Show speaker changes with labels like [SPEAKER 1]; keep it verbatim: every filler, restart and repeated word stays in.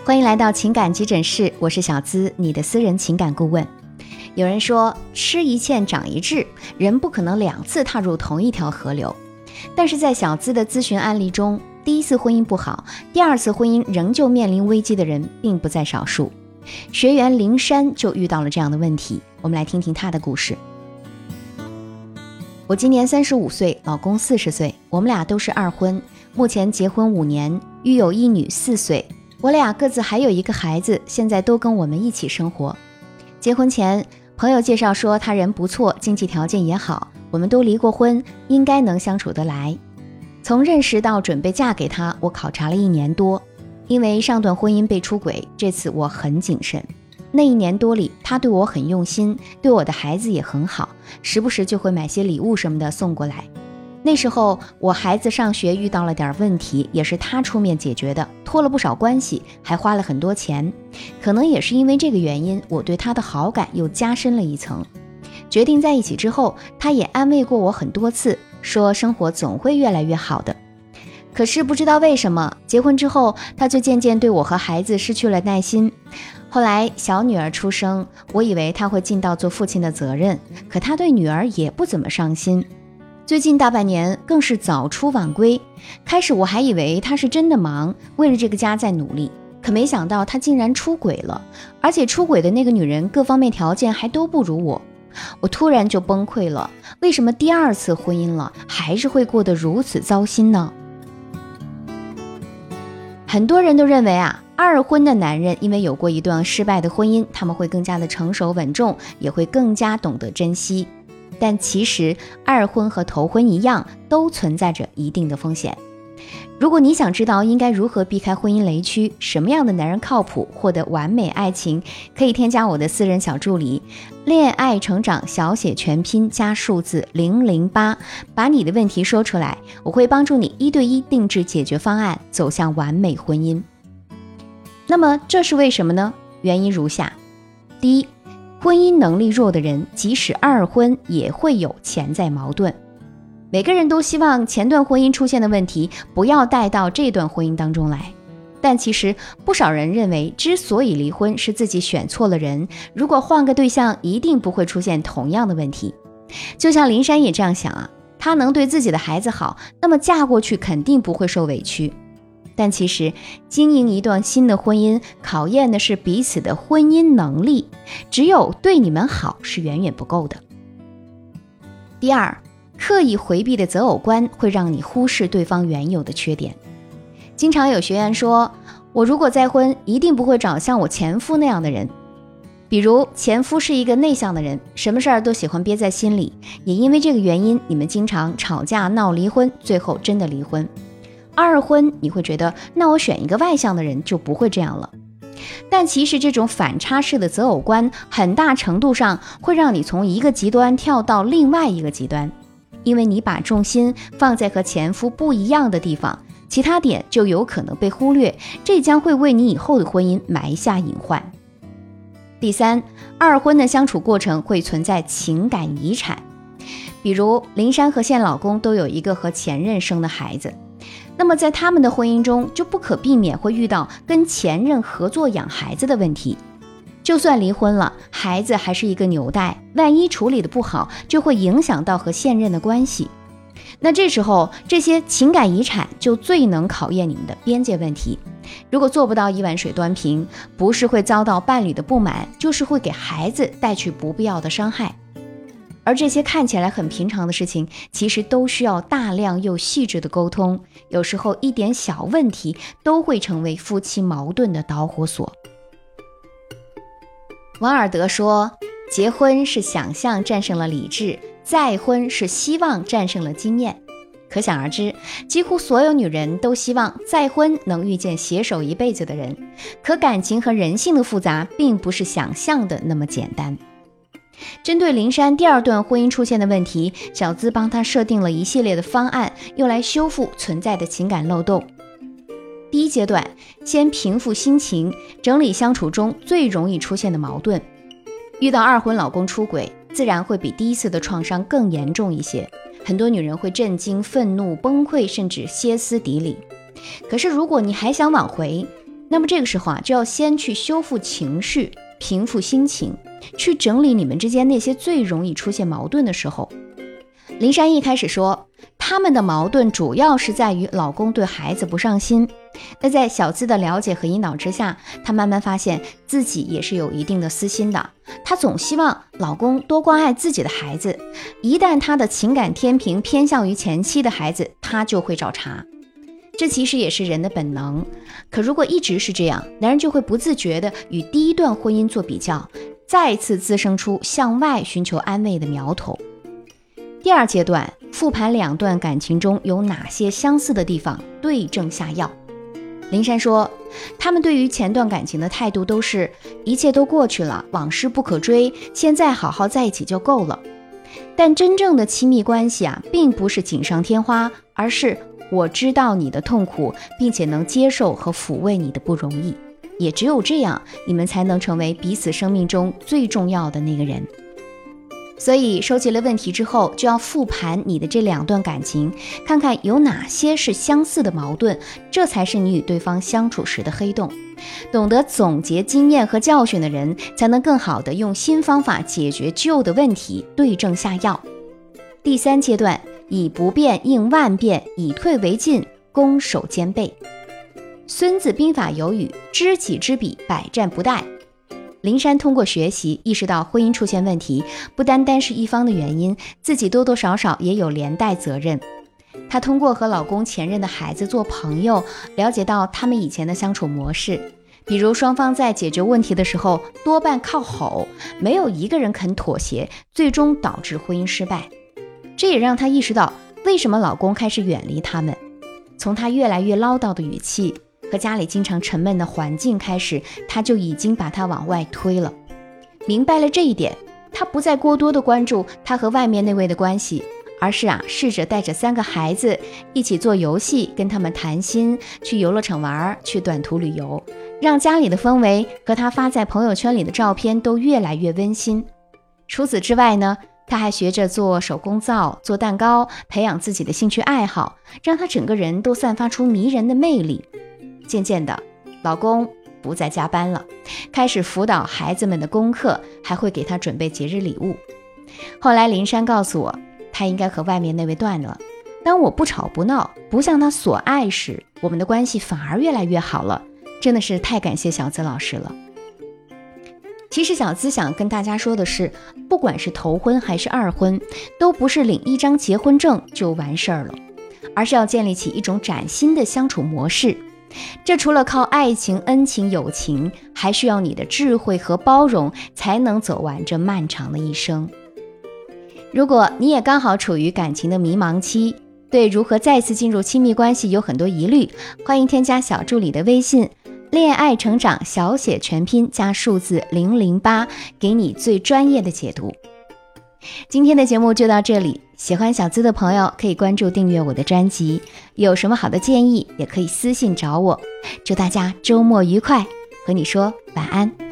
[SPEAKER 1] 欢迎来到情感急诊室，我是小资，你的私人情感顾问。有人说吃一堑长一智，人不可能两次踏入同一条河流。但是在小资的咨询案例中，第一次婚姻不好，第二次婚姻仍旧面临危机的人并不在少数。学员灵山就遇到了这样的问题，我们来听听他的故事。我今年三十五岁，老公四十岁，我们俩都是二婚，目前结婚五年，育有一女四岁。我俩各自还有一个孩子，现在都跟我们一起生活。结婚前，朋友介绍说他人不错，经济条件也好，我们都离过婚，应该能相处得来。从认识到准备嫁给他，我考察了一年多。因为上段婚姻被出轨，这次我很谨慎。那一年多里，他对我很用心，对我的孩子也很好，时不时就会买些礼物什么的送过来。那时候我孩子上学遇到了点问题，也是他出面解决的，托了不少关系，还花了很多钱。可能也是因为这个原因，我对他的好感又加深了一层。决定在一起之后，他也安慰过我很多次，说生活总会越来越好的。可是不知道为什么，结婚之后他就渐渐对我和孩子失去了耐心。后来小女儿出生，我以为他会尽到做父亲的责任，可他对女儿也不怎么上心。最近大半年更是早出晚归，开始我还以为他是真的忙，为了这个家在努力，可没想到他竟然出轨了，而且出轨的那个女人各方面条件还都不如我。我突然就崩溃了，为什么第二次婚姻了，还是会过得如此糟心呢？很多人都认为啊，二婚的男人因为有过一段失败的婚姻，他们会更加的成熟稳重，也会更加懂得珍惜。但其实二婚和头婚一样，都存在着一定的风险。如果你想知道应该如何避开婚姻雷区，什么样的男人靠谱，获得完美爱情，可以添加我的私人小助理恋爱成长小写全拼加数字零零八，把你的问题说出来，我会帮助你一对一定制解决方案，走向完美婚姻。那么这是为什么呢？原因如下。第一，婚姻能力弱的人，即使二婚也会有潜在矛盾。每个人都希望前段婚姻出现的问题不要带到这段婚姻当中来，但其实不少人认为，之所以离婚是自己选错了人，如果换个对象一定不会出现同样的问题。就像林珊也这样想啊，她能对自己的孩子好，那么嫁过去肯定不会受委屈。但其实经营一段新的婚姻，考验的是彼此的婚姻能力，只有对你们好是远远不够的。第二，刻意回避的择偶观会让你忽视对方原有的缺点。经常有学员说，我如果再婚，一定不会找像我前夫那样的人。比如前夫是一个内向的人，什么事儿都喜欢憋在心里，也因为这个原因，你们经常吵架闹离婚，最后真的离婚。二婚你会觉得，那我选一个外向的人就不会这样了。但其实这种反差式的择偶观，很大程度上会让你从一个极端跳到另外一个极端，因为你把重心放在和前夫不一样的地方，其他点就有可能被忽略，这将会为你以后的婚姻埋下隐患。第三，二婚的相处过程会存在情感遗产，比如林珊和现老公都有一个和前任生的孩子，那么在他们的婚姻中就不可避免会遇到跟前任合作养孩子的问题。就算离婚了，孩子还是一个纽带，万一处理的不好，就会影响到和现任的关系。那这时候这些情感遗产就最能考验你们的边界问题。如果做不到一碗水端平，不是会遭到伴侣的不满，就是会给孩子带去不必要的伤害。而这些看起来很平常的事情，其实都需要大量又细致的沟通，有时候一点小问题都会成为夫妻矛盾的导火索。王尔德说，结婚是想象战胜了理智，再婚是希望战胜了经验。可想而知，几乎所有女人都希望再婚能遇见携手一辈子的人，可感情和人性的复杂并不是想象的那么简单。针对林珊第二段婚姻出现的问题，小资帮她设定了一系列的方案，用来修复存在的情感漏洞。第一阶段，先平复心情，整理相处中最容易出现的矛盾。遇到二婚老公出轨，自然会比第一次的创伤更严重一些，很多女人会震惊、愤怒、崩溃，甚至歇斯底里。可是如果你还想挽回， 那么这个时候啊，就要先去修复情绪，平复心情，去整理你们之间那些最容易出现矛盾的时候。林珊一开始说，他们的矛盾主要是在于老公对孩子不上心。那在小资的了解和引导之下，她慢慢发现自己也是有一定的私心的。她总希望老公多关爱自己的孩子，一旦她的情感天平偏向于前妻的孩子，她就会找茬。这其实也是人的本能，可如果一直是这样，男人就会不自觉地与第一段婚姻做比较，再次滋生出向外寻求安慰的苗头。第二阶段，复盘两段感情中有哪些相似的地方，对症下药。林珊说，他们对于前段感情的态度都是一切都过去了，往事不可追，现在好好在一起就够了。但真正的亲密关系啊，并不是锦上添花，而是我知道你的痛苦，并且能接受和抚慰你的不容易。也只有这样，你们才能成为彼此生命中最重要的那个人。所以收集了问题之后，就要复盘你的这两段感情，看看有哪些是相似的矛盾，这才是你与对方相处时的黑洞。懂得总结经验和教训的人，才能更好地用新方法解决旧的问题，对症下药。第三阶段，以不变应万变，以退为进，攻守兼备。孙子兵法有语，知己知彼，百战不殆。林珊通过学习意识到婚姻出现问题不单单是一方的原因，自己多多少少也有连带责任。她通过和老公前任的孩子做朋友，了解到他们以前的相处模式，比如双方在解决问题的时候多半靠吼，没有一个人肯妥协，最终导致婚姻失败。这也让她意识到为什么老公开始远离他们。从他越来越唠叨的语气和家里经常沉闷的环境开始，他就已经把他往外推了。明白了这一点，他不再过多的关注他和外面那位的关系，而是啊，试着带着三个孩子一起做游戏，跟他们谈心，去游乐场玩，去短途旅游，让家里的氛围和他发在朋友圈里的照片都越来越温馨。除此之外呢，他还学着做手工皂，做蛋糕，培养自己的兴趣爱好，让他整个人都散发出迷人的魅力。渐渐的，老公不再加班了，开始辅导孩子们的功课，还会给他准备节日礼物。后来林珊告诉我，他应该和外面那位断了。当我不吵不闹，不像他所爱时，我们的关系反而越来越好了。真的是太感谢小资老师了。其实小资想跟大家说的是，不管是头婚还是二婚，都不是领一张结婚证就完事儿了，而是要建立起一种崭新的相处模式。这除了靠爱情、恩情、友情，还需要你的智慧和包容，才能走完这漫长的一生。如果你也刚好处于感情的迷茫期，对如何再次进入亲密关系有很多疑虑，欢迎添加小助理的微信恋爱成长小写全拼加数字零零八，给你最专业的解读。今天的节目就到这里，喜欢小资的朋友可以关注订阅我的专辑，有什么好的建议也可以私信找我。祝大家周末愉快，和你说晚安。